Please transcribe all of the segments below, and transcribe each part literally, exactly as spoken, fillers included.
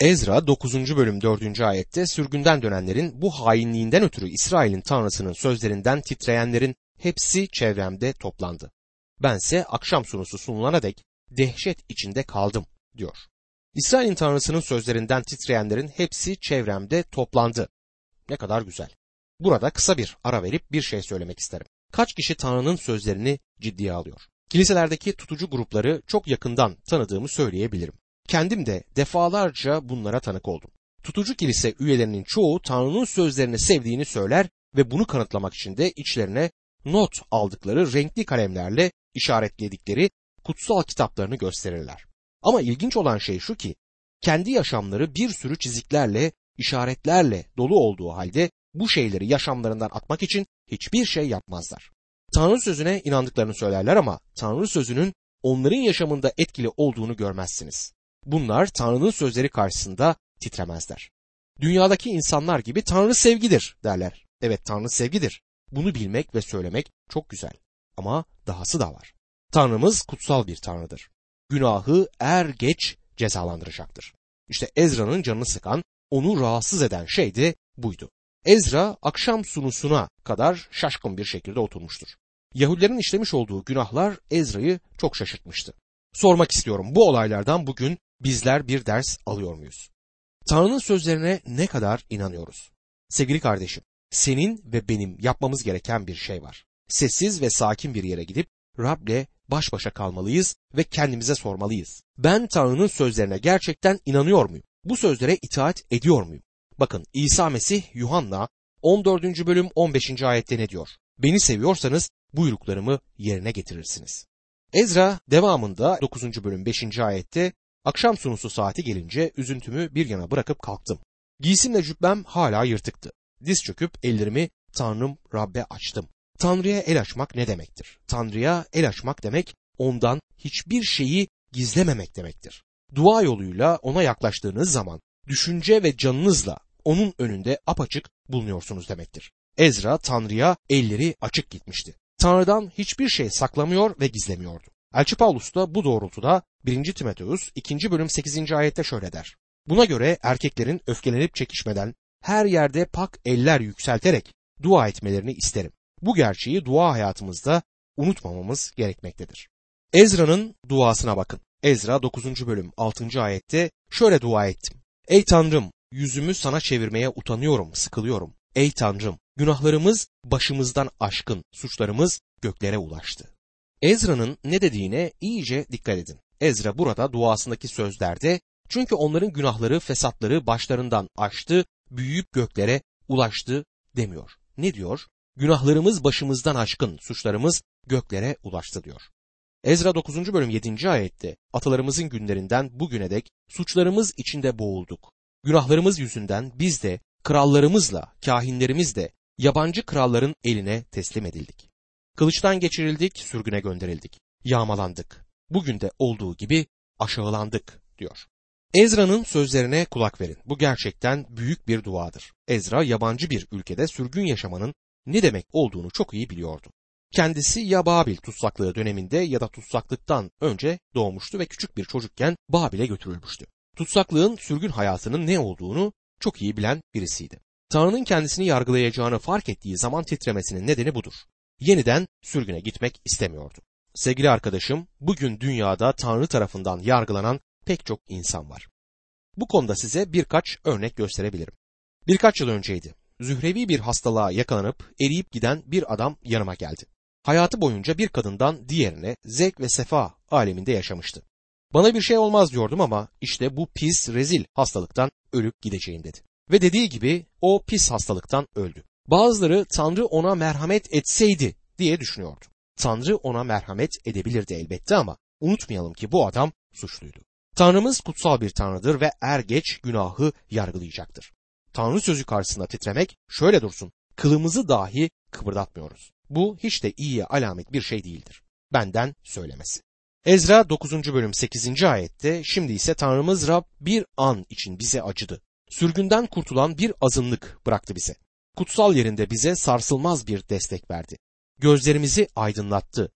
Ezra dokuzuncu bölüm dördüncü ayette sürgünden dönenlerin bu hainliğinden ötürü İsrail'in Tanrısının sözlerinden titreyenlerin hepsi çevremde toplandı. Bense akşam sunusu sunulana dek dehşet içinde kaldım diyor. İsrail'in Tanrısının sözlerinden titreyenlerin hepsi çevremde toplandı. Ne kadar güzel. Burada kısa bir ara verip bir şey söylemek isterim. Kaç kişi Tanrı'nın sözlerini ciddiye alıyor? Kiliselerdeki tutucu grupları çok yakından tanıdığımı söyleyebilirim. Kendim de defalarca bunlara tanık oldum. Tutucu kilise üyelerinin çoğu Tanrı'nın sözlerini sevdiğini söyler ve bunu kanıtlamak için de içlerine not aldıkları renkli kalemlerle işaretledikleri kutsal kitaplarını gösterirler. Ama ilginç olan şey şu ki, kendi yaşamları bir sürü çiziklerle, işaretlerle dolu olduğu halde bu şeyleri yaşamlarından atmak için hiçbir şey yapmazlar. Tanrı sözüne inandıklarını söylerler ama Tanrı sözünün onların yaşamında etkili olduğunu görmezsiniz. Bunlar Tanrı'nın sözleri karşısında titremezler. Dünyadaki insanlar gibi Tanrı sevgidir derler. Evet, Tanrı sevgidir. Bunu bilmek ve söylemek çok güzel. Ama dahası da var. Tanrımız kutsal bir Tanrı'dır. Günahı er geç cezalandıracaktır. İşte Ezra'nın canını sıkan, onu rahatsız eden şey de buydu. Ezra akşam sunusuna kadar şaşkın bir şekilde oturmuştur. Yahudilerin işlemiş olduğu günahlar Ezra'yı çok şaşırtmıştı. Sormak istiyorum, bu olaylardan bugün bizler bir ders alıyor muyuz? Tanrı'nın sözlerine ne kadar inanıyoruz? Sevgili kardeşim, senin ve benim yapmamız gereken bir şey var. Sessiz ve sakin bir yere gidip Rab'le baş başa kalmalıyız ve kendimize sormalıyız. Ben Tanrı'nın sözlerine gerçekten inanıyor muyum? Bu sözlere itaat ediyor muyum? Bakın, İsa Mesih Yuhanna on dördüncü bölüm on beşinci ayette ne diyor? Beni seviyorsanız buyruklarımı yerine getirirsiniz. Ezra devamında dokuzuncu bölüm beşinci ayette akşam sunusu saati gelince üzüntümü bir yana bırakıp kalktım. Giysimle cübbem hala yırtıktı. Diz çöküp ellerimi Tanrım Rab'be açtım. Tanrı'ya el açmak ne demektir? Tanrı'ya el açmak demek ondan hiçbir şeyi gizlememek demektir. Dua yoluyla ona yaklaştığınız zaman düşünce ve canınızla onun önünde apaçık bulunuyorsunuz demektir. Ezra Tanrı'ya elleri açık gitmişti. Tanrı'dan hiçbir şey saklamıyor ve gizlemiyordu. Elçi Paulus da bu doğrultuda birinci Timoteus ikinci bölüm sekizinci ayette şöyle der. Buna göre erkeklerin öfkelenip çekişmeden her yerde pak eller yükselterek dua etmelerini isterim. Bu gerçeği dua hayatımızda unutmamamız gerekmektedir. Ezra'nın duasına bakın. Ezra dokuzuncu bölüm altıncı ayette şöyle dua ettim. Ey Tanrım, yüzümü sana çevirmeye utanıyorum, sıkılıyorum. Ey Tanrım, günahlarımız başımızdan aşkın, suçlarımız göklere ulaştı. Ezra'nın ne dediğine iyice dikkat edin. Ezra burada duasındaki sözlerde, çünkü onların günahları, fesatları başlarından aştı, büyüyüp göklere ulaştı demiyor. Ne diyor? Günahlarımız başımızdan aşkın, suçlarımız göklere ulaştı diyor. Ezra dokuzuncu bölüm yedinci ayette atalarımızın günlerinden bugüne dek suçlarımız içinde boğulduk. Günahlarımız yüzünden biz de krallarımızla, kahinlerimizle yabancı kralların eline teslim edildik. Kılıçtan geçirildik, sürgüne gönderildik, yağmalandık. Bugün de olduğu gibi aşağılandık diyor. Ezra'nın sözlerine kulak verin. Bu gerçekten büyük bir duadır. Ezra yabancı bir ülkede sürgün yaşamanın ne demek olduğunu çok iyi biliyordu. Kendisi ya Babil tutsaklığı döneminde ya da tutsaklıktan önce doğmuştu ve küçük bir çocukken Babil'e götürülmüştü. Tutsaklığın, sürgün hayatının ne olduğunu çok iyi bilen birisiydi. Tanrı'nın kendisini yargılayacağını fark ettiği zaman titremesinin nedeni budur. Yeniden sürgüne gitmek istemiyordu. Sevgili arkadaşım, bugün dünyada Tanrı tarafından yargılanan pek çok insan var. Bu konuda size birkaç örnek gösterebilirim. Birkaç yıl önceydi. Zührevi bir hastalığa yakalanıp eriyip giden bir adam yanıma geldi. Hayatı boyunca bir kadından diğerine zevk ve sefa aleminde yaşamıştı. Bana bir şey olmaz diyordum ama işte bu pis, rezil hastalıktan ölüp gideceğim dedi. Ve dediği gibi o pis hastalıktan öldü. Bazıları Tanrı ona merhamet etseydi diye düşünüyordu. Tanrı ona merhamet edebilirdi elbette ama unutmayalım ki bu adam suçluydu. Tanrımız kutsal bir Tanrıdır ve er geç günahı yargılayacaktır. Tanrı sözü karşısında titremek şöyle dursun, kılımızı dahi kıpırdatmıyoruz. Bu hiç de iyiye alamet bir şey değildir. Benden söylemesi. Ezra dokuzuncu bölüm sekizinci ayette şimdi ise Tanrımız Rab bir an için bize acıdı. Sürgünden kurtulan bir azınlık bıraktı bize. Kutsal yerinde bize sarsılmaz bir destek verdi. Gözlerimizi aydınlattı.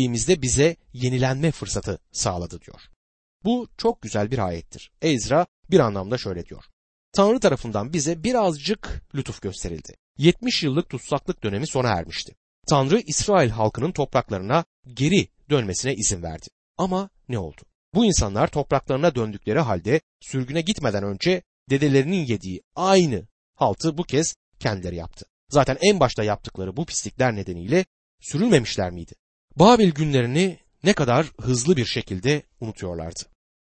Köleliğimizde bize yenilenme fırsatı sağladı diyor. Bu çok güzel bir ayettir. Ezra Bir anlamda şöyle diyor: Tanrı tarafından bize birazcık lütuf gösterildi. yetmiş yıllık tutsaklık dönemi sona ermişti. Tanrı İsrail halkının topraklarına geri dönmesine izin verdi. Ama ne oldu? Bu insanlar topraklarına döndükleri halde sürgüne gitmeden önce dedelerinin yediği aynı haltı bu kez kendileri yaptı. Zaten en başta yaptıkları bu pislikler nedeniyle sürülmemişler miydi? Babil günlerini ne kadar hızlı bir şekilde unutuyorlardı.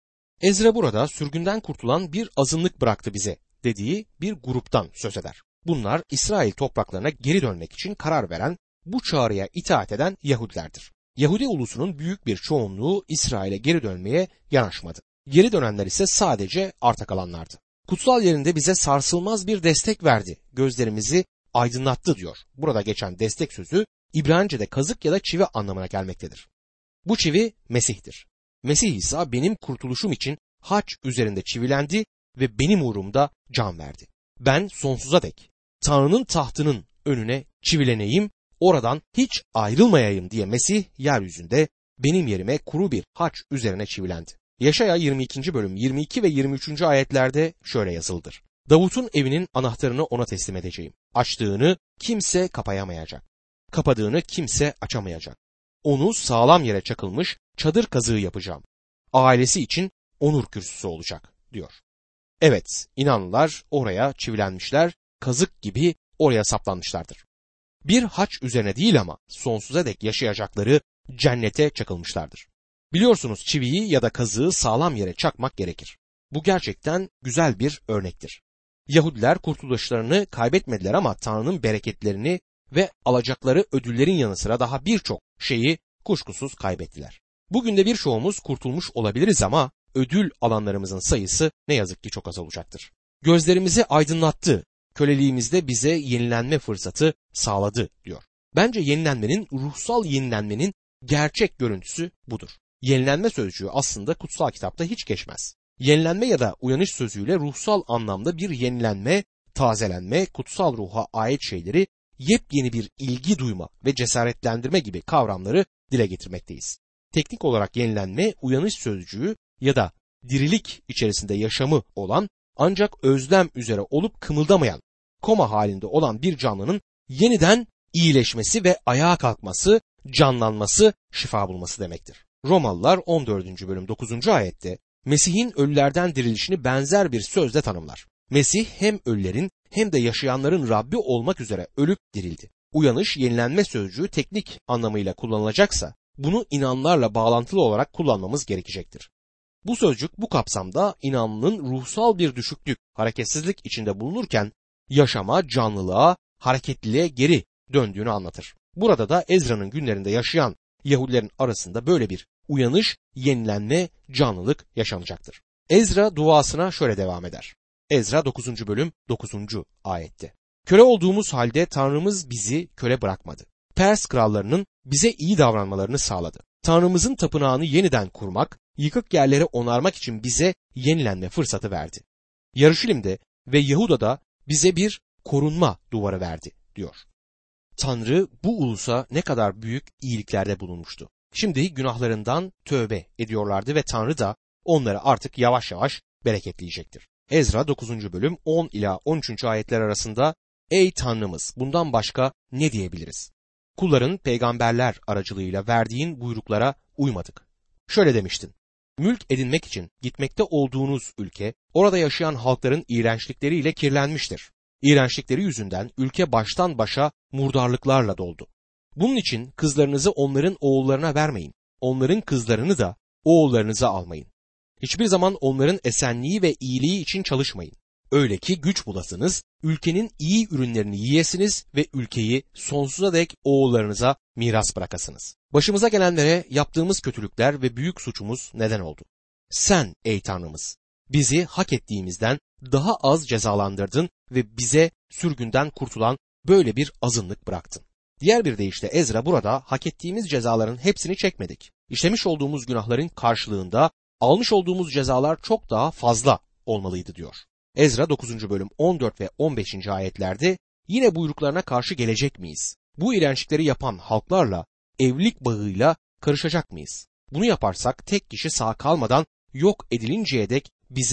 Ezra burada sürgünden kurtulan bir azınlık bıraktı bize dediği bir gruptan söz eder. Bunlar İsrail topraklarına geri dönmek için karar veren, bu çağrıya itaat eden Yahudilerdir. Yahudi ulusunun büyük bir çoğunluğu İsrail'e geri dönmeye yanaşmadı. Geri dönenler ise sadece arta kalanlardı. Kutsal yerinde bize sarsılmaz bir destek verdi, gözlerimizi aydınlattı diyor. Burada geçen destek sözü İbranice'de kazık ya da çivi anlamına gelmektedir. Bu çivi Mesih'tir. Mesih İsa benim kurtuluşum için haç üzerinde çivilendi ve benim uğrumda can verdi. Ben sonsuza dek Tanrı'nın tahtının önüne çivileneyim, oradan hiç ayrılmayayım diye Mesih yeryüzünde benim yerime kuru bir haç üzerine çivilendi. Yaşaya yirmi ikinci bölüm yirmi iki ve yirmi üçüncü ayetlerde şöyle yazılıdır: Davut'un evinin anahtarını ona teslim edeceğim. Açtığını kimse kapayamayacak. Kapadığını kimse açamayacak. Onu sağlam yere çakılmış çadır kazığı yapacağım. Ailesi için onur kürsüsü olacak diyor. Evet, inanlılar oraya çivilenmişler, kazık gibi oraya saplanmışlardır. Bir haç üzerine değil ama sonsuza dek yaşayacakları cennete çakılmışlardır. Biliyorsunuz, çiviyi ya da kazığı sağlam yere çakmak gerekir. Bu gerçekten güzel bir örnektir. Yahudiler kurtuluşlarını kaybetmediler ama Tanrı'nın bereketlerini ve alacakları ödüllerin yanı sıra daha birçok şeyi kuşkusuz kaybettiler. Bugün de birçoğumuz kurtulmuş olabiliriz ama ödül alanlarımızın sayısı ne yazık ki çok az olacaktır. Gözlerimizi aydınlattı, köleliğimizde bize yenilenme fırsatı sağladı diyor. Bence yenilenmenin, ruhsal yenilenmenin gerçek görüntüsü budur. Yenilenme sözcüğü aslında kutsal kitapta hiç geçmez. Yenilenme ya da uyanış sözüyle ruhsal anlamda bir yenilenme, tazelenme, kutsal ruha ait şeyleri yepyeni bir ilgi duyma ve cesaretlendirme gibi kavramları dile getirmekteyiz. Teknik olarak yenilenme, uyanış sözcüğü ya da dirilik içerisinde yaşamı olan ancak özlem üzere olup kımıldamayan, koma halinde olan bir canlının yeniden iyileşmesi ve ayağa kalkması, canlanması, şifa bulması demektir. Romalılar on dördüncü bölüm dokuzuncu ayette Mesih'in ölülerden dirilişini benzer bir sözle tanımlar. Mesih hem ölülerin hem de yaşayanların Rabbi olmak üzere ölüp dirildi. Uyanış, yenilenme sözcüğü teknik anlamıyla kullanılacaksa bunu inanlarla bağlantılı olarak kullanmamız gerekecektir. Bu sözcük bu kapsamda inanlının ruhsal bir düşüklük, hareketsizlik içinde bulunurken yaşama, canlılığa, hareketliliğe geri döndüğünü anlatır. Burada da Ezra'nın günlerinde yaşayan Yahudilerin arasında böyle bir uyanış, yenilenme, canlılık yaşanacaktır. Ezra duasına şöyle devam eder. Ezra dokuzuncu bölüm dokuzuncu ayette. Köle olduğumuz halde Tanrımız bizi köle bırakmadı. Pers krallarının bize iyi davranmalarını sağladı. Tanrımızın tapınağını yeniden kurmak, yıkık yerleri onarmak için bize yenilenme fırsatı verdi. Yarışilim'de ve Yahuda'da bize bir korunma duvarı verdi diyor. Tanrı bu ulusa ne kadar büyük iyiliklerde bulunmuştu. Şimdi günahlarından tövbe ediyorlardı ve Tanrı da onları artık yavaş yavaş bereketleyecektir. Ezra dokuzuncu bölüm on ila on üçüncü ayetler arasında Ey Tanrımız, bundan başka ne diyebiliriz? Kulların peygamberler aracılığıyla verdiğin buyruklara uymadık. Şöyle demiştin: Mülk edinmek için gitmekte olduğunuz ülke, orada yaşayan halkların iğrençlikleriyle kirlenmiştir. İğrençlikleri yüzünden ülke baştan başa murdarlıklarla doldu. Bunun için kızlarınızı onların oğullarına vermeyin. Onların kızlarını da oğullarınıza almayın. Hiçbir zaman onların esenliği ve iyiliği için çalışmayın. Öyle ki güç bulasınız, ülkenin iyi ürünlerini yiyesiniz ve ülkeyi sonsuza dek oğullarınıza miras bırakasınız. Başımıza gelenlere yaptığımız kötülükler ve büyük suçumuz neden oldu. Sen ey Tanrımız, bizi hak ettiğimizden daha az cezalandırdın ve bize sürgünden kurtulan böyle bir azınlık bıraktın. Diğer bir deyişle Ezra burada hak ettiğimiz cezaların hepsini çekmedik. İşlemiş olduğumuz günahların karşılığında almış olduğumuz cezalar çok daha fazla olmalıydı diyor. Ezra dokuzuncu bölüm on dört ve on beşinci ayetlerde yine buyruklarına karşı gelecek miyiz? Bu iğrençlikleri yapan halklarla evlilik bağıyla karışacak mıyız? Bunu yaparsak tek kişi sağ kalmadan yok edilinceye dek bize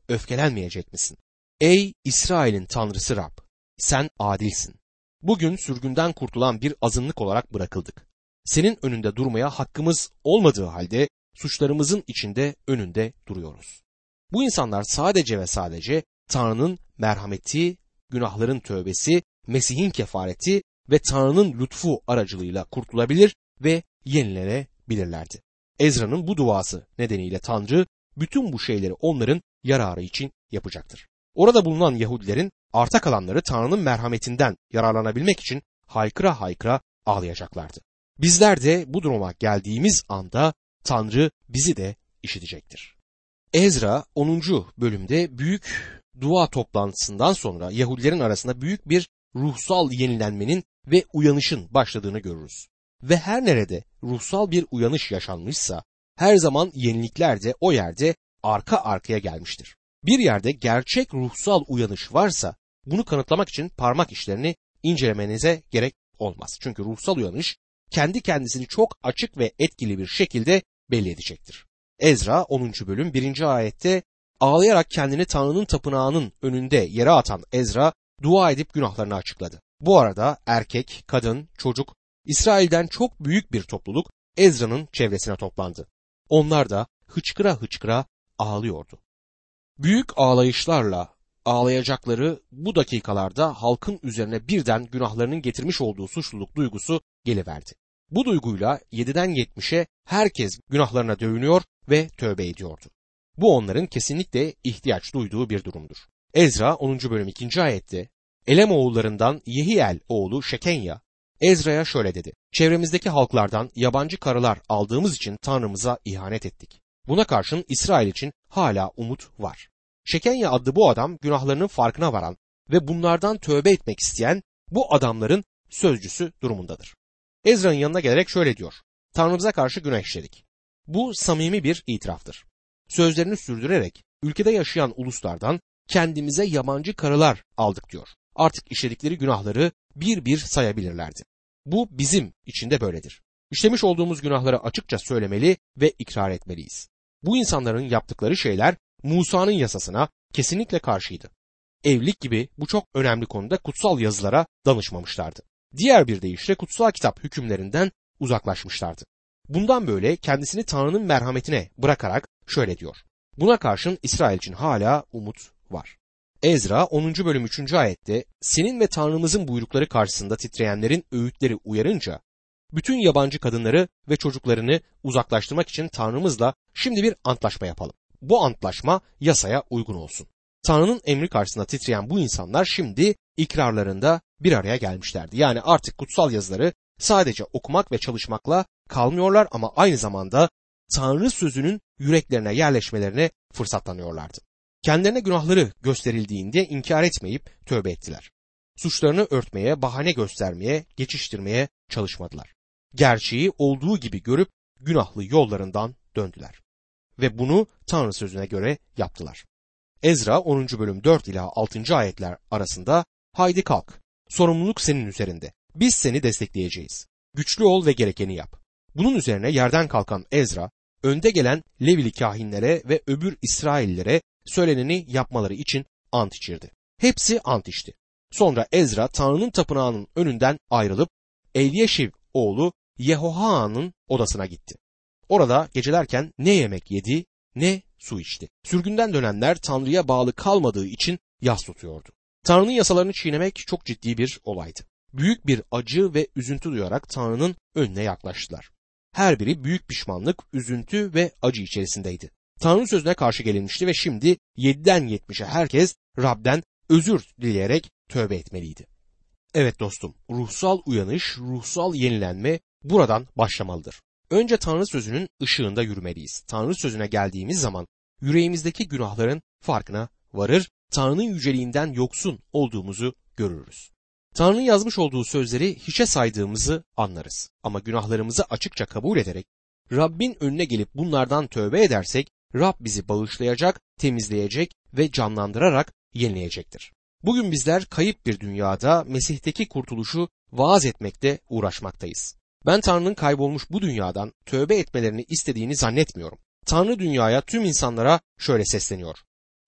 öfkelenmeyecek misin? Ey İsrail'in Tanrısı Rab, sen adilsin. Bugün sürgünden kurtulan bir azınlık olarak bırakıldık. Senin önünde durmaya hakkımız olmadığı halde suçlarımızın içinde önünde duruyoruz. Bu insanlar sadece ve sadece Tanrı'nın merhameti, günahların tövbesi, Mesih'in kefareti ve Tanrı'nın lütfu aracılığıyla kurtulabilir ve yenilenebilirlerdi. Ezra'nın bu duası nedeniyle Tanrı bütün bu şeyleri onların yararı için yapacaktır. Orada bulunan Yahudilerin arta kalanları Tanrı'nın merhametinden yararlanabilmek için haykıra haykıra ağlayacaklardı. Bizler de bu duruma geldiğimiz anda Tanrı bizi de işitecektir. Ezra onuncu bölümde büyük dua toplantısından sonra Yahudilerin arasında büyük bir ruhsal yenilenmenin ve uyanışın başladığını görürüz. Ve her nerede ruhsal bir uyanış yaşanmışsa her zaman yenilikler de o yerde arka arkaya gelmiştir. Bir yerde gerçek ruhsal uyanış varsa bunu kanıtlamak için parmak işlerini incelemenize gerek olmaz. Çünkü ruhsal uyanış kendi kendisini çok açık ve etkili bir şekilde belli edecektir. Ezra onuncu bölüm birinci ayette ağlayarak kendini Tanrı'nın tapınağının önünde yere atan Ezra dua edip günahlarını açıkladı. Bu arada erkek, kadın, çocuk, İsrail'den çok büyük bir topluluk Ezra'nın çevresine toplandı. Onlar da hıçkıra hıçkıra ağlıyordu. Büyük ağlayışlarla ağlayacakları bu dakikalarda halkın üzerine birden günahlarının getirmiş olduğu suçluluk duygusu geliverdi. Bu duyguyla yediden yetmişe herkes günahlarına dövünüyor ve tövbe ediyordu. Bu onların kesinlikle ihtiyaç duyduğu bir durumdur. Ezra onuncu bölüm ikinci ayette Elem oğullarından Yehiel oğlu Şekenya Ezra'ya şöyle dedi. Çevremizdeki halklardan yabancı karılar aldığımız için Tanrımıza ihanet ettik. Buna karşın İsrail için hala umut var. Şekenya adlı bu adam günahlarının farkına varan ve bunlardan tövbe etmek isteyen bu adamların sözcüsü durumundadır. Ezra'nın yanına gelerek şöyle diyor. Tanrımıza karşı günah işledik. Bu samimi bir itiraftır. Sözlerini sürdürerek ülkede yaşayan uluslardan kendimize yabancı karılar aldık diyor. Artık işledikleri günahları bir bir sayabilirlerdi. Bu bizim için de böyledir. İşlemiş olduğumuz günahları açıkça söylemeli ve ikrar etmeliyiz. Bu insanların yaptıkları şeyler Musa'nın yasasına kesinlikle karşıydı. Evlilik gibi bu çok önemli konuda kutsal yazılara danışmamışlardı. Diğer bir deyişle kutsal kitap hükümlerinden uzaklaşmışlardı. Bundan böyle kendisini Tanrı'nın merhametine bırakarak şöyle diyor. Buna karşın İsrail için hala umut var. Ezra onuncu bölüm üçüncü ayette senin ve Tanrımızın buyrukları karşısında titreyenlerin öğütleri uyarınca bütün yabancı kadınları ve çocuklarını uzaklaştırmak için Tanrımızla şimdi bir antlaşma yapalım. Bu antlaşma yasaya uygun olsun. Tanrı'nın emri karşısında titreyen bu insanlar şimdi ikrarlarında bir araya gelmişlerdi. Yani artık kutsal yazıları sadece okumak ve çalışmakla kalmıyorlar ama aynı zamanda Tanrı sözünün yüreklerine yerleşmelerine fırsatlanıyorlardı. Kendilerine günahları gösterildiğinde inkar etmeyip tövbe ettiler. Suçlarını örtmeye, bahane göstermeye, geçiştirmeye çalışmadılar. Gerçeği olduğu gibi görüp günahlı yollarından döndüler. Ve bunu Tanrı sözüne göre yaptılar. Ezra onuncu bölüm dört ila altıncı ayetler arasında haydi kalk, sorumluluk senin üzerinde, biz seni destekleyeceğiz, güçlü ol ve gerekeni yap. Bunun üzerine yerden kalkan Ezra, önde gelen Levili kahinlere ve öbür İsraillilere söyleneni yapmaları için ant içirdi. Hepsi ant içti. Sonra Ezra Tanrı'nın tapınağının önünden ayrılıp Elyeşiv oğlu Yehohanan'ın odasına gitti. Orada gecelerken ne yemek yedi ne su içti. Sürgünden dönenler Tanrı'ya bağlı kalmadığı için yas tutuyordu. Tanrı'nın yasalarını çiğnemek çok ciddi bir olaydı. Büyük bir acı ve üzüntü duyarak Tanrı'nın önüne yaklaştılar. Her biri büyük pişmanlık, üzüntü ve acı içerisindeydi. Tanrı sözüne karşı gelinmişti ve şimdi yediden yetmişe herkes Rab'den özür dileyerek tövbe etmeliydi. Evet dostum, ruhsal uyanış, ruhsal yenilenme buradan başlamalıdır. Önce Tanrı sözünün ışığında yürümeliyiz. Tanrı sözüne geldiğimiz zaman yüreğimizdeki günahların farkına varır, Tanrı'nın yüceliğinden yoksun olduğumuzu görürüz. Tanrı'nın yazmış olduğu sözleri hiçe saydığımızı anlarız. Ama günahlarımızı açıkça kabul ederek Rabbin önüne gelip bunlardan tövbe edersek Rab bizi bağışlayacak, temizleyecek ve canlandırarak yenileyecektir. Bugün bizler kayıp bir dünyada Mesih'teki kurtuluşu vaaz etmekte uğraşmaktayız. Ben Tanrı'nın kaybolmuş bu dünyadan tövbe etmelerini istediğini zannetmiyorum. Tanrı dünyaya, tüm insanlara şöyle sesleniyor.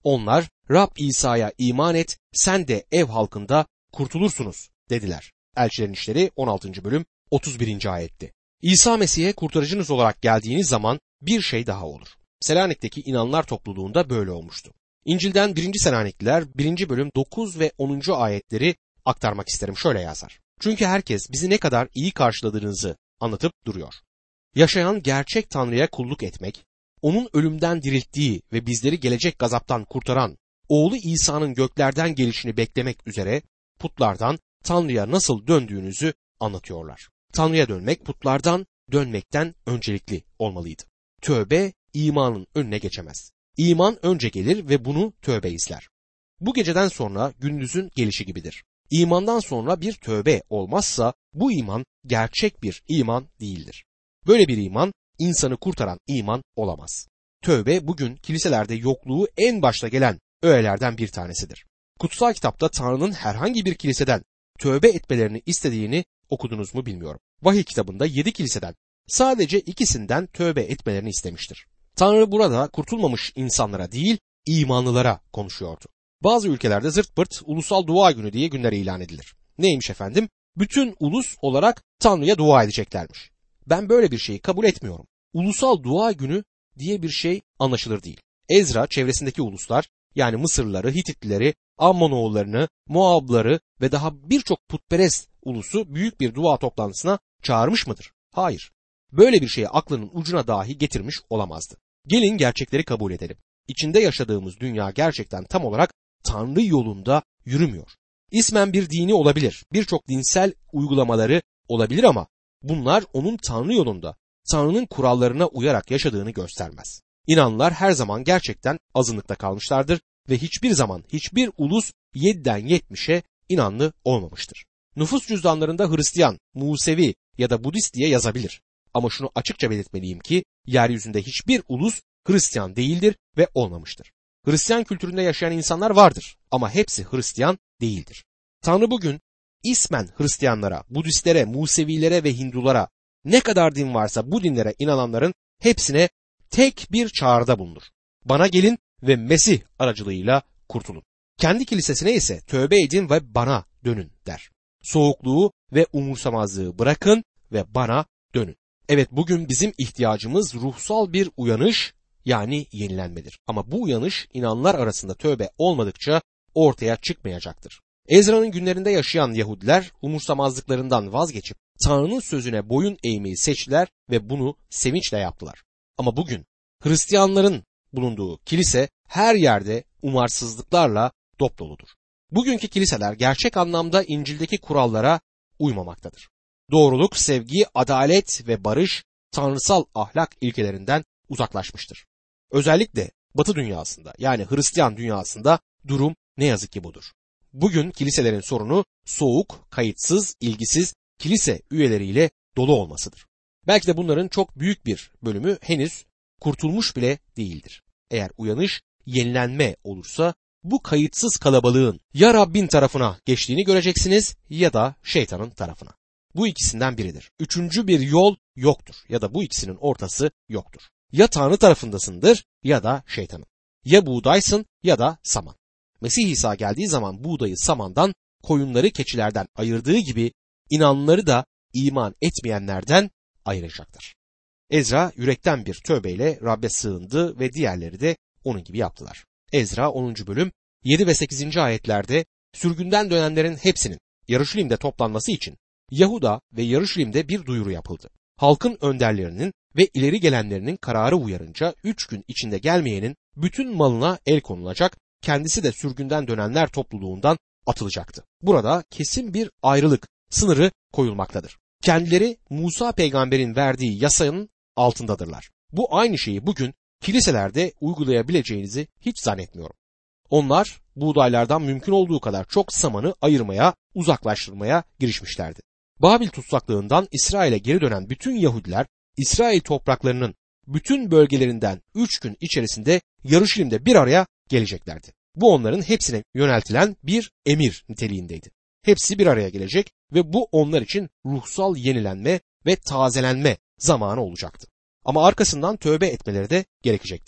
Onlar Rab İsa'ya iman et, sen de ev halkında kurtulursunuz dediler. Elçilerin İşleri on altıncı bölüm otuz birinci ayetti. İsa Mesih'e kurtarıcınız olarak geldiğiniz zaman bir şey daha olur. Selanik'teki inanlar topluluğunda böyle olmuştu. İncil'den birinci Selanikliler birinci bölüm dokuz ve onuncu ayetleri aktarmak isterim. Şöyle yazar. Çünkü herkes bizi ne kadar iyi karşıladığınızı anlatıp duruyor. Yaşayan gerçek Tanrı'ya kulluk etmek, onun ölümden dirilttiği ve bizleri gelecek gazaptan kurtaran oğlu İsa'nın göklerden gelişini beklemek üzere putlardan Tanrı'ya nasıl döndüğünüzü anlatıyorlar. Tanrı'ya dönmek putlardan dönmekten öncelikli olmalıydı. Tövbe imanın önüne geçemez. İman önce gelir ve bunu tövbe izler. Bu geceden sonra gündüzün gelişi gibidir. İmandan sonra bir tövbe olmazsa bu iman gerçek bir iman değildir. Böyle bir iman insanı kurtaran iman olamaz. Tövbe bugün kiliselerde yokluğu en başta gelen öğelerden bir tanesidir. Kutsal kitapta Tanrı'nın herhangi bir kiliseden tövbe etmelerini istediğini okudunuz mu bilmiyorum. Vahiy kitabında yedi kiliseden sadece ikisinden tövbe etmelerini istemiştir. Tanrı burada kurtulmamış insanlara değil, imanlılara konuşuyordu. Bazı ülkelerde zırt pırt ulusal dua günü diye günler ilan edilir. Neymiş efendim? Bütün ulus olarak Tanrı'ya dua edeceklermiş. Ben böyle bir şeyi kabul etmiyorum. Ulusal dua günü diye bir şey anlaşılır değil. Ezra çevresindeki uluslar, yani Mısırlıları, Hititlileri, Ammonoğullarını, Moabları ve daha birçok putperest ulusu büyük bir dua toplantısına çağırmış mıdır? Hayır. Böyle bir şeyi aklının ucuna dahi getirmiş olamazdı. Gelin gerçekleri kabul edelim. İçinde yaşadığımız dünya gerçekten tam olarak Tanrı yolunda yürümüyor. İsmen bir dini olabilir, birçok dinsel uygulamaları olabilir ama bunlar onun Tanrı yolunda, Tanrı'nın kurallarına uyarak yaşadığını göstermez. İnanlar her zaman gerçekten azınlıkta kalmışlardır ve hiçbir zaman hiçbir ulus yediden yetmişe inanlı olmamıştır. Nüfus cüzdanlarında Hristiyan, Musevi ya da Budist diye yazabilir. Ama şunu açıkça belirtmeliyim ki yeryüzünde hiçbir ulus Hristiyan değildir ve olmamıştır. Hristiyan kültüründe yaşayan insanlar vardır ama hepsi Hristiyan değildir. Tanrı bugün ismen Hristiyanlara, Budistlere, Musevilere ve Hindulara ne kadar din varsa bu dinlere inananların hepsine tek bir çağrıda bulunur. Bana gelin ve Mesih aracılığıyla kurtulun. Kendi kilisesine ise tövbe edin ve bana dönün der. Soğukluğu ve umursamazlığı bırakın ve bana dönün. Evet, bugün bizim ihtiyacımız ruhsal bir uyanış, yani yenilenmedir. Ama bu uyanış inanlar arasında tövbe olmadıkça ortaya çıkmayacaktır. Ezra'nın günlerinde yaşayan Yahudiler umursamazlıklarından vazgeçip Tanrı'nın sözüne boyun eğmeyi seçtiler ve bunu sevinçle yaptılar. Ama bugün Hristiyanların bulunduğu kilise her yerde umarsızlıklarla dopdoludur. Bugünkü kiliseler gerçek anlamda İncil'deki kurallara uymamaktadır. Doğruluk, sevgi, adalet ve barış tanrısal ahlak ilkelerinden uzaklaşmıştır. Özellikle Batı dünyasında, yani Hristiyan dünyasında durum ne yazık ki budur. Bugün kiliselerin sorunu soğuk, kayıtsız, ilgisiz kilise üyeleriyle dolu olmasıdır. Belki de bunların çok büyük bir bölümü henüz kurtulmuş bile değildir. Eğer uyanış, yenilenme olursa bu kayıtsız kalabalığın ya Rabbin tarafına geçtiğini göreceksiniz ya da şeytanın tarafına. Bu ikisinden biridir. Üçüncü bir yol yoktur ya da bu ikisinin ortası yoktur. Ya Tanrı tarafındasındır ya da şeytanın. Ya buğdaysın ya da saman. Mesih İsa geldiği zaman buğdayı samandan, koyunları keçilerden ayırdığı gibi inanları da iman etmeyenlerden ayıracaktır. Ezra yürekten bir tövbeyle Rab'be sığındı ve diğerleri de onun gibi yaptılar. Ezra onuncu bölüm yedi ve sekizinci ayetlerde sürgünden dönenlerin hepsinin Yarışilim'de toplanması için Yahuda ve Yarışilim'de bir duyuru yapıldı. Halkın önderlerinin ve ileri gelenlerinin kararı uyarınca üç gün içinde gelmeyenin bütün malına el konulacak, kendisi de sürgünden dönenler topluluğundan atılacaktı. Burada kesin bir ayrılık sınırı koyulmaktadır. Kendileri Musa peygamberin verdiği yasanın altındadırlar. Bu aynı şeyi bugün kiliselerde uygulayabileceğinizi hiç zannetmiyorum. Onlar buğdaylardan mümkün olduğu kadar çok samanı ayırmaya, uzaklaştırmaya girişmişlerdi. Babil tutsaklığından İsrail'e geri dönen bütün Yahudiler, İsrail topraklarının bütün bölgelerinden üç gün içerisinde Yarışilim'de bir araya geleceklerdi. Bu onların hepsine yöneltilen bir emir niteliğindeydi. Hepsi bir araya gelecek ve bu onlar için ruhsal yenilenme ve tazelenme zamanı olacaktı. Ama arkasından tövbe etmeleri de gerekecektir.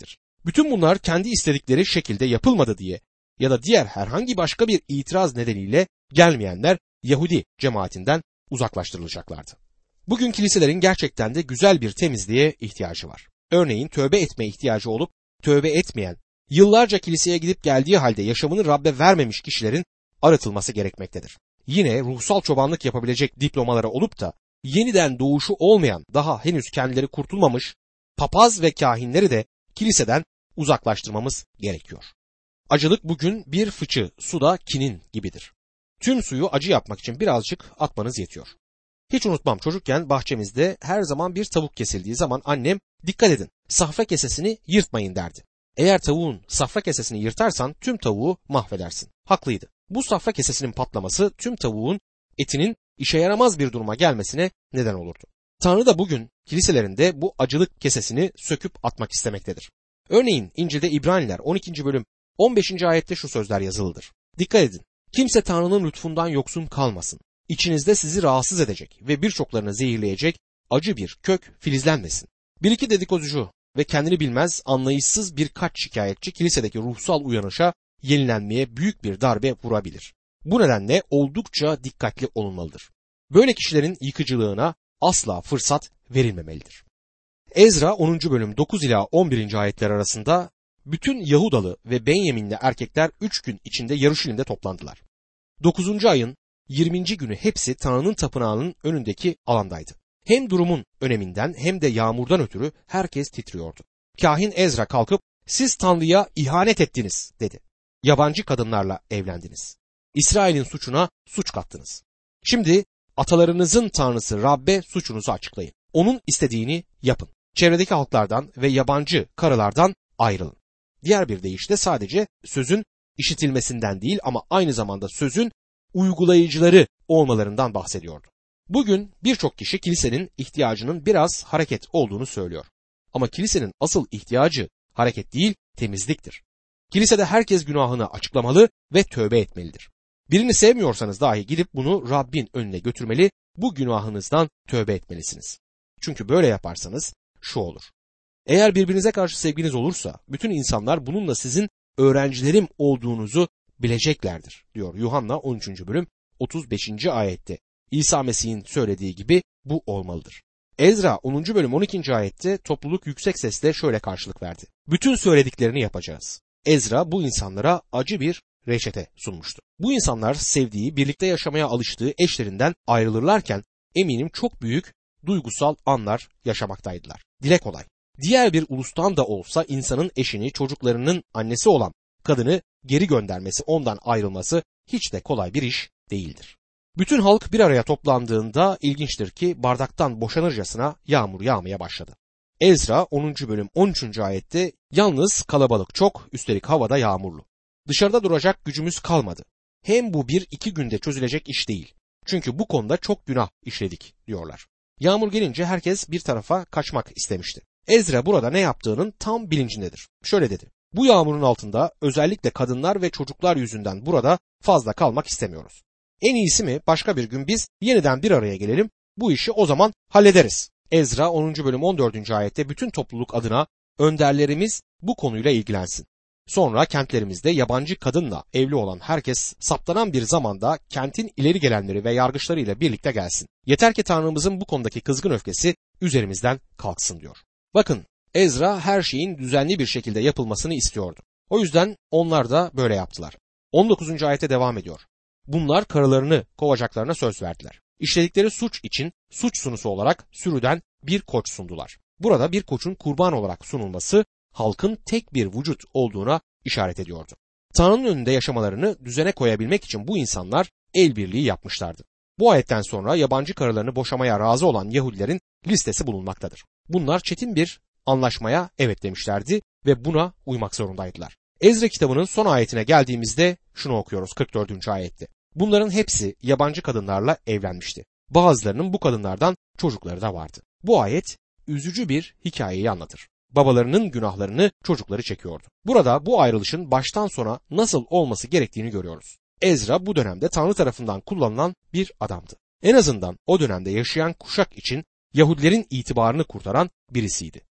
Bütün bunlar kendi istedikleri şekilde yapılmadı diye ya da diğer herhangi başka bir itiraz nedeniyle gelmeyenler Yahudi cemaatinden uzaklaştırılacaklardı. Bugün kiliselerin gerçekten de güzel bir temizliğe ihtiyacı var. Örneğin tövbe etme ihtiyacı olup tövbe etmeyen, yıllarca kiliseye gidip geldiği halde yaşamını Rab'be vermemiş kişilerin arıtılması gerekmektedir. Yine ruhsal çobanlık yapabilecek diplomaları olup da yeniden doğuşu olmayan, daha henüz kendileri kurtulmamış papaz ve kahinleri de kiliseden uzaklaştırmamız gerekiyor. Acılık bugün bir fıçı suda kinin gibidir. Tüm suyu acı yapmak için birazcık atmanız yetiyor. Hiç unutmam, çocukken bahçemizde her zaman bir tavuk kesildiği zaman annem dikkat edin safra kesesini yırtmayın derdi. Eğer tavuğun safra kesesini yırtarsan tüm tavuğu mahvedersin. Haklıydı. Bu safra kesesinin patlaması tüm tavuğun etinin işe yaramaz bir duruma gelmesine neden olurdu. Tanrı da bugün kiliselerinde bu acılık kesesini söküp atmak istemektedir. Örneğin İncil'de İbraniler on ikinci bölüm on beşinci ayette şu sözler yazılıdır. Dikkat edin. Kimse Tanrı'nın lütfundan yoksun kalmasın. İçinizde sizi rahatsız edecek ve birçoklarını zehirleyecek acı bir kök filizlenmesin. Bir iki dedikoducu ve kendini bilmez, anlayışsız birkaç şikayetçi kilisedeki ruhsal uyanışa, yenilenmeye büyük bir darbe vurabilir. Bu nedenle oldukça dikkatli olunmalıdır. Böyle kişilerin yıkıcılığına asla fırsat verilmemelidir. Ezra onuncu bölüm dokuz ila on birinci ayetler arasında bütün Yahudalı ve Benyaminli erkekler üç gün içinde Yaruşilim'de toplandılar. dokuzuncu ayın yirminci günü hepsi Tanrı'nın tapınağının önündeki alandaydı. Hem durumun öneminden hem de yağmurdan ötürü herkes titriyordu. Kahin Ezra kalkıp siz Tanrı'ya ihanet ettiniz dedi. Yabancı kadınlarla evlendiniz. İsrail'in suçuna suç kattınız. Şimdi atalarınızın Tanrısı Rab'be suçunuzu açıklayın. Onun istediğini yapın. Çevredeki halklardan ve yabancı karılardan ayrılın. Diğer bir deyişle sadece sözün işitilmesinden değil ama aynı zamanda sözün uygulayıcıları olmalarından bahsediyordu. Bugün birçok kişi kilisenin ihtiyacının biraz hareket olduğunu söylüyor. Ama kilisenin asıl ihtiyacı hareket değil, temizliktir. Kilisede herkes günahını açıklamalı ve tövbe etmelidir. Birini sevmiyorsanız dahi gidip bunu Rabbin önüne götürmeli, bu günahınızdan tövbe etmelisiniz. Çünkü böyle yaparsanız şu olur. Eğer birbirinize karşı sevginiz olursa bütün insanlar bununla sizin öğrencilerim olduğunuzu bileceklerdir diyor Yuhanna on üçüncü bölüm otuz beşinci ayette. İsa Mesih'in söylediği gibi bu olmalıdır. Ezra onuncu bölüm on ikinci ayette topluluk yüksek sesle şöyle karşılık verdi. Bütün söylediklerini yapacağız. Ezra bu insanlara acı bir reçete sunmuştu. Bu insanlar sevdiği, birlikte yaşamaya alıştığı eşlerinden ayrılırlarken eminim çok büyük duygusal anlar yaşamaktaydılar. Dile kolay. Diğer bir ulustan da olsa insanın eşini, çocuklarının annesi olan kadını geri göndermesi, ondan ayrılması hiç de kolay bir iş değildir. Bütün halk bir araya toplandığında ilginçtir ki bardaktan boşanırcasına yağmur yağmaya başladı. Ezra onuncu bölüm on üçüncü ayette yalnız kalabalık çok, üstelik havada yağmurlu. Dışarıda duracak gücümüz kalmadı. Hem bu bir iki günde çözülecek iş değil. Çünkü bu konuda çok günah işledik diyorlar. Yağmur gelince herkes bir tarafa kaçmak istemişti. Ezra burada ne yaptığının tam bilincindedir. Şöyle dedi. Bu yağmurun altında özellikle kadınlar ve çocuklar yüzünden burada fazla kalmak istemiyoruz. En iyisi mi başka bir gün biz yeniden bir araya gelelim, bu işi o zaman hallederiz. Ezra onuncu bölüm on dördüncü ayette bütün topluluk adına önderlerimiz bu konuyla ilgilensin. Sonra kentlerimizde yabancı kadınla evli olan herkes saptanan bir zamanda kentin ileri gelenleri ve yargıçlarıyla birlikte gelsin. Yeter ki Tanrımızın bu konudaki kızgın öfkesi üzerimizden kalksın diyor. Bakın, Ezra her şeyin düzenli bir şekilde yapılmasını istiyordu. O yüzden onlar da böyle yaptılar. on dokuzuncu ayete devam ediyor. Bunlar karılarını kovacaklarına söz verdiler. İşledikleri suç için suç sunusu olarak sürüden bir koç sundular. Burada bir koçun kurban olarak sunulması halkın tek bir vücut olduğuna işaret ediyordu. Tanrı'nın önünde yaşamalarını düzene koyabilmek için bu insanlar el birliği yapmışlardı. Bu ayetten sonra yabancı karılarını boşamaya razı olan Yahudilerin listesi bulunmaktadır. Bunlar çetin bir anlaşmaya evet demişlerdi ve buna uymak zorundaydılar. Ezra kitabının son ayetine geldiğimizde şunu okuyoruz kırk dördüncü ayette. Bunların hepsi yabancı kadınlarla evlenmişti. Bazılarının bu kadınlardan çocukları da vardı. Bu ayet üzücü bir hikayeyi anlatır. Babalarının günahlarını çocukları çekiyordu. Burada bu ayrılışın baştan sona nasıl olması gerektiğini görüyoruz. Ezra bu dönemde Tanrı tarafından kullanılan bir adamdı. En azından o dönemde yaşayan kuşak için Yahudilerin itibarını kurtaran birisiydi.